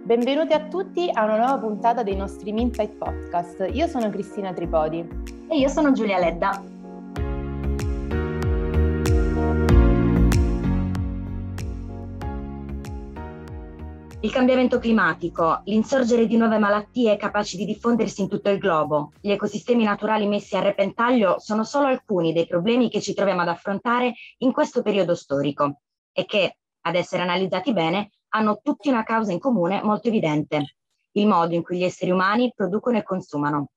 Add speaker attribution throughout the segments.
Speaker 1: Benvenuti a tutti a una nuova puntata dei nostri Minsight Podcast. Io sono Cristina Tripodi.
Speaker 2: E io sono Giulia Ledda. Il cambiamento climatico, l'insorgere di nuove malattie capaci di diffondersi in tutto il globo, gli ecosistemi naturali messi a repentaglio sono solo alcuni dei problemi che ci troviamo ad affrontare in questo periodo storico e che, ad essere analizzati bene, hanno tutti una causa in comune molto evidente: il modo in cui gli esseri umani producono e consumano.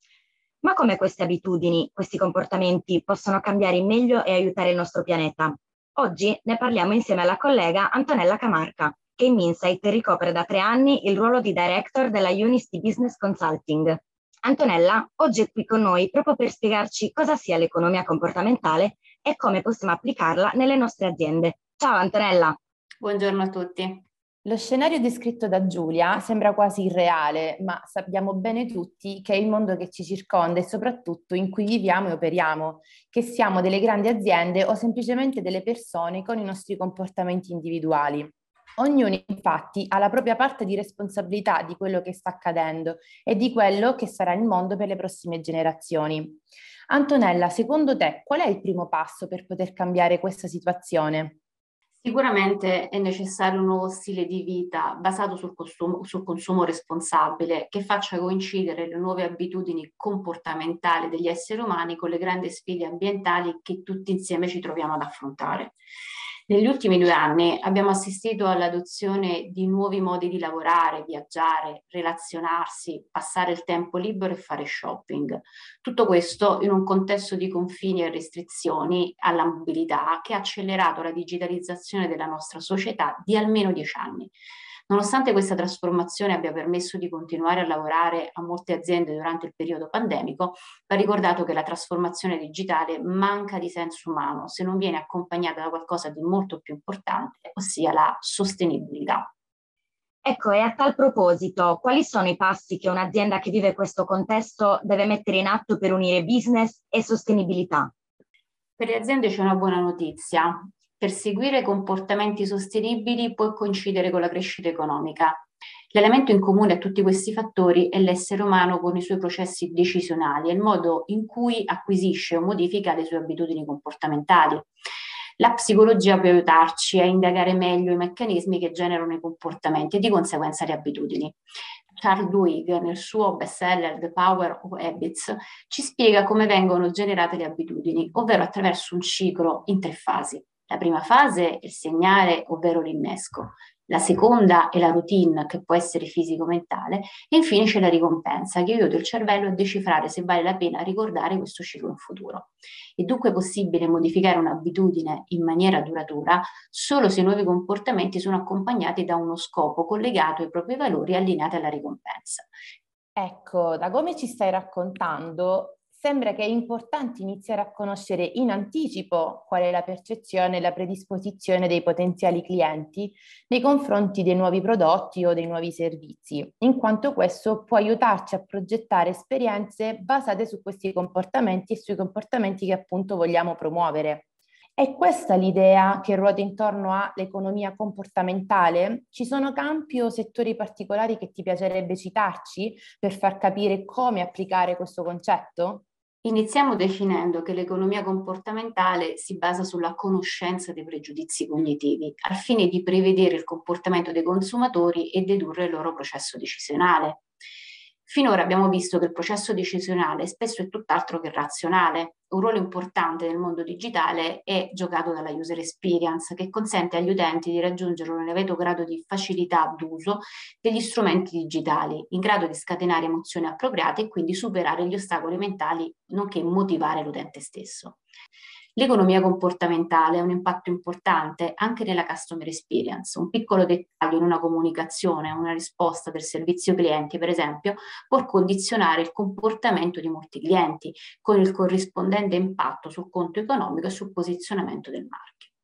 Speaker 2: Ma come queste abitudini, questi comportamenti possono cambiare in meglio e aiutare il nostro pianeta? Oggi ne parliamo insieme alla collega Antonella Camarca, che in Minsight ricopre da 3 anni il ruolo di Director della Unity Business Consulting. Antonella oggi è qui con noi proprio per spiegarci cosa sia l'economia comportamentale e come possiamo applicarla nelle nostre aziende. Ciao Antonella!
Speaker 3: Buongiorno a tutti.
Speaker 1: Lo scenario descritto da Giulia sembra quasi irreale, ma sappiamo bene tutti che è il mondo che ci circonda e soprattutto in cui viviamo e operiamo, che siamo delle grandi aziende o semplicemente delle persone con i nostri comportamenti individuali. Ognuno infatti ha la propria parte di responsabilità di quello che sta accadendo e di quello che sarà il mondo per le prossime generazioni. Antonella, secondo te qual è il primo passo per poter cambiare questa situazione?
Speaker 3: Sicuramente è necessario un nuovo stile di vita basato sul consumo responsabile, che faccia coincidere le nuove abitudini comportamentali degli esseri umani con le grandi sfide ambientali che tutti insieme ci troviamo ad affrontare. Negli ultimi 2 anni abbiamo assistito all'adozione di nuovi modi di lavorare, viaggiare, relazionarsi, passare il tempo libero e fare shopping. Tutto questo in un contesto di confini e restrizioni alla mobilità che ha accelerato la digitalizzazione della nostra società di almeno 10 anni. Nonostante questa trasformazione abbia permesso di continuare a lavorare a molte aziende durante il periodo pandemico, va ricordato che la trasformazione digitale manca di senso umano se non viene accompagnata da qualcosa di molto più importante, ossia la sostenibilità.
Speaker 2: Ecco, e a tal proposito, quali sono i passi che un'azienda che vive questo contesto deve mettere in atto per unire business e sostenibilità?
Speaker 3: Per le aziende c'è una buona notizia. Perseguire comportamenti sostenibili può coincidere con la crescita economica. L'elemento in comune a tutti questi fattori è l'essere umano con i suoi processi decisionali e il modo in cui acquisisce o modifica le sue abitudini comportamentali. La psicologia può aiutarci a indagare meglio i meccanismi che generano i comportamenti e di conseguenza le abitudini. Charles Duhigg, nel suo bestseller The Power of Habits, ci spiega come vengono generate le abitudini, ovvero attraverso un ciclo in 3 fasi. La prima fase è il segnale, ovvero l'innesco. La seconda è la routine, che può essere fisico-mentale, e infine c'è la ricompensa, che aiuta il cervello a decifrare se vale la pena ricordare questo ciclo in futuro. È dunque possibile modificare un'abitudine in maniera duratura solo se i nuovi comportamenti sono accompagnati da uno scopo collegato ai propri valori e allineati alla ricompensa.
Speaker 1: Ecco, da come ci stai raccontando, sembra che è importante iniziare a conoscere in anticipo qual è la percezione e la predisposizione dei potenziali clienti nei confronti dei nuovi prodotti o dei nuovi servizi, in quanto questo può aiutarci a progettare esperienze basate su questi comportamenti e sui comportamenti che appunto vogliamo promuovere. È questa l'idea che ruota intorno all'economia comportamentale? Ci sono campi o settori particolari che ti piacerebbe citarci per far capire come applicare questo concetto?
Speaker 3: Iniziamo definendo che l'economia comportamentale si basa sulla conoscenza dei pregiudizi cognitivi, al fine di prevedere il comportamento dei consumatori e dedurre il loro processo decisionale. Finora abbiamo visto che il processo decisionale spesso è tutt'altro che razionale. Un ruolo importante nel mondo digitale è giocato dalla user experience, che consente agli utenti di raggiungere un elevato grado di facilità d'uso degli strumenti digitali, in grado di scatenare emozioni appropriate e quindi superare gli ostacoli mentali, nonché motivare l'utente stesso. L'economia comportamentale ha un impatto importante anche nella customer experience. Un piccolo dettaglio in una comunicazione, una risposta del servizio clienti, per esempio, può condizionare il comportamento di molti clienti, con il corrispondente impatto sul conto economico e sul posizionamento del marchio.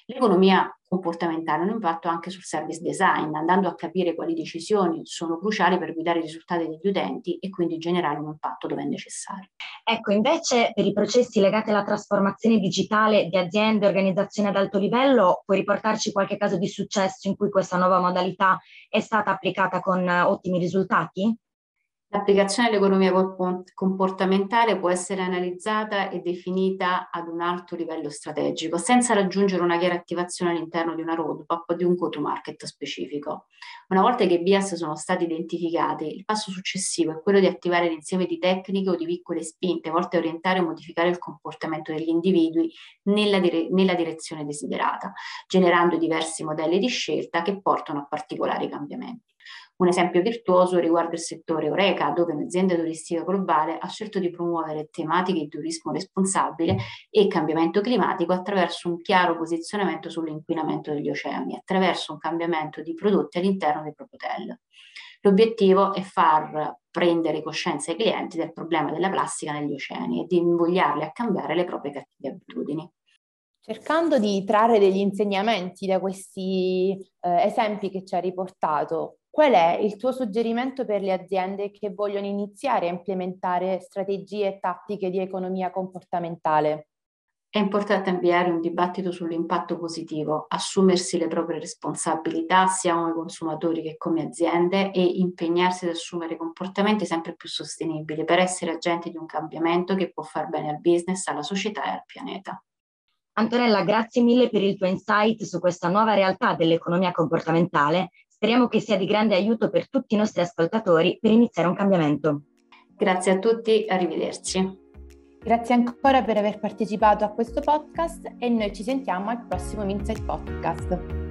Speaker 3: L'economia comportamentale ha un impatto anche sul service design, andando a capire quali decisioni sono cruciali per guidare i risultati degli utenti e quindi generare un impatto dove è necessario.
Speaker 2: Ecco, invece per i processi legati alla trasformazione digitale di aziende e organizzazioni ad alto livello, puoi riportarci qualche caso di successo in cui questa nuova modalità è stata applicata con ottimi risultati?
Speaker 3: L'applicazione dell'economia comportamentale può essere analizzata e definita ad un alto livello strategico, senza raggiungere una chiara attivazione all'interno di una roadmap o di un go-to-market specifico. Una volta che i bias sono stati identificati, il passo successivo è quello di attivare l'insieme di tecniche o di piccole spinte volte a orientare o modificare il comportamento degli individui nella direzione desiderata, generando diversi modelli di scelta che portano a particolari cambiamenti. Un esempio virtuoso riguarda il settore Horeca, dove un'azienda turistica globale ha scelto di promuovere tematiche di turismo responsabile e cambiamento climatico attraverso un chiaro posizionamento sull'inquinamento degli oceani, attraverso un cambiamento di prodotti all'interno dei propri hotel. L'obiettivo è far prendere coscienza ai clienti del problema della plastica negli oceani e di invogliarli a cambiare le proprie cattive abitudini.
Speaker 1: Cercando di trarre degli insegnamenti da questi esempi che ci ha riportato, qual è il tuo suggerimento per le aziende che vogliono iniziare a implementare strategie e tattiche di economia comportamentale?
Speaker 3: È importante avviare un dibattito sull'impatto positivo, assumersi le proprie responsabilità sia come consumatori che come aziende e impegnarsi ad assumere comportamenti sempre più sostenibili per essere agenti di un cambiamento che può far bene al business, alla società e al pianeta.
Speaker 2: Antonella, grazie mille per il tuo insight su questa nuova realtà dell'economia comportamentale. Speriamo che sia di grande aiuto per tutti i nostri ascoltatori per iniziare un cambiamento.
Speaker 3: Grazie a tutti, arrivederci.
Speaker 1: Grazie ancora per aver partecipato a questo podcast e noi ci sentiamo al prossimo Minsight Podcast.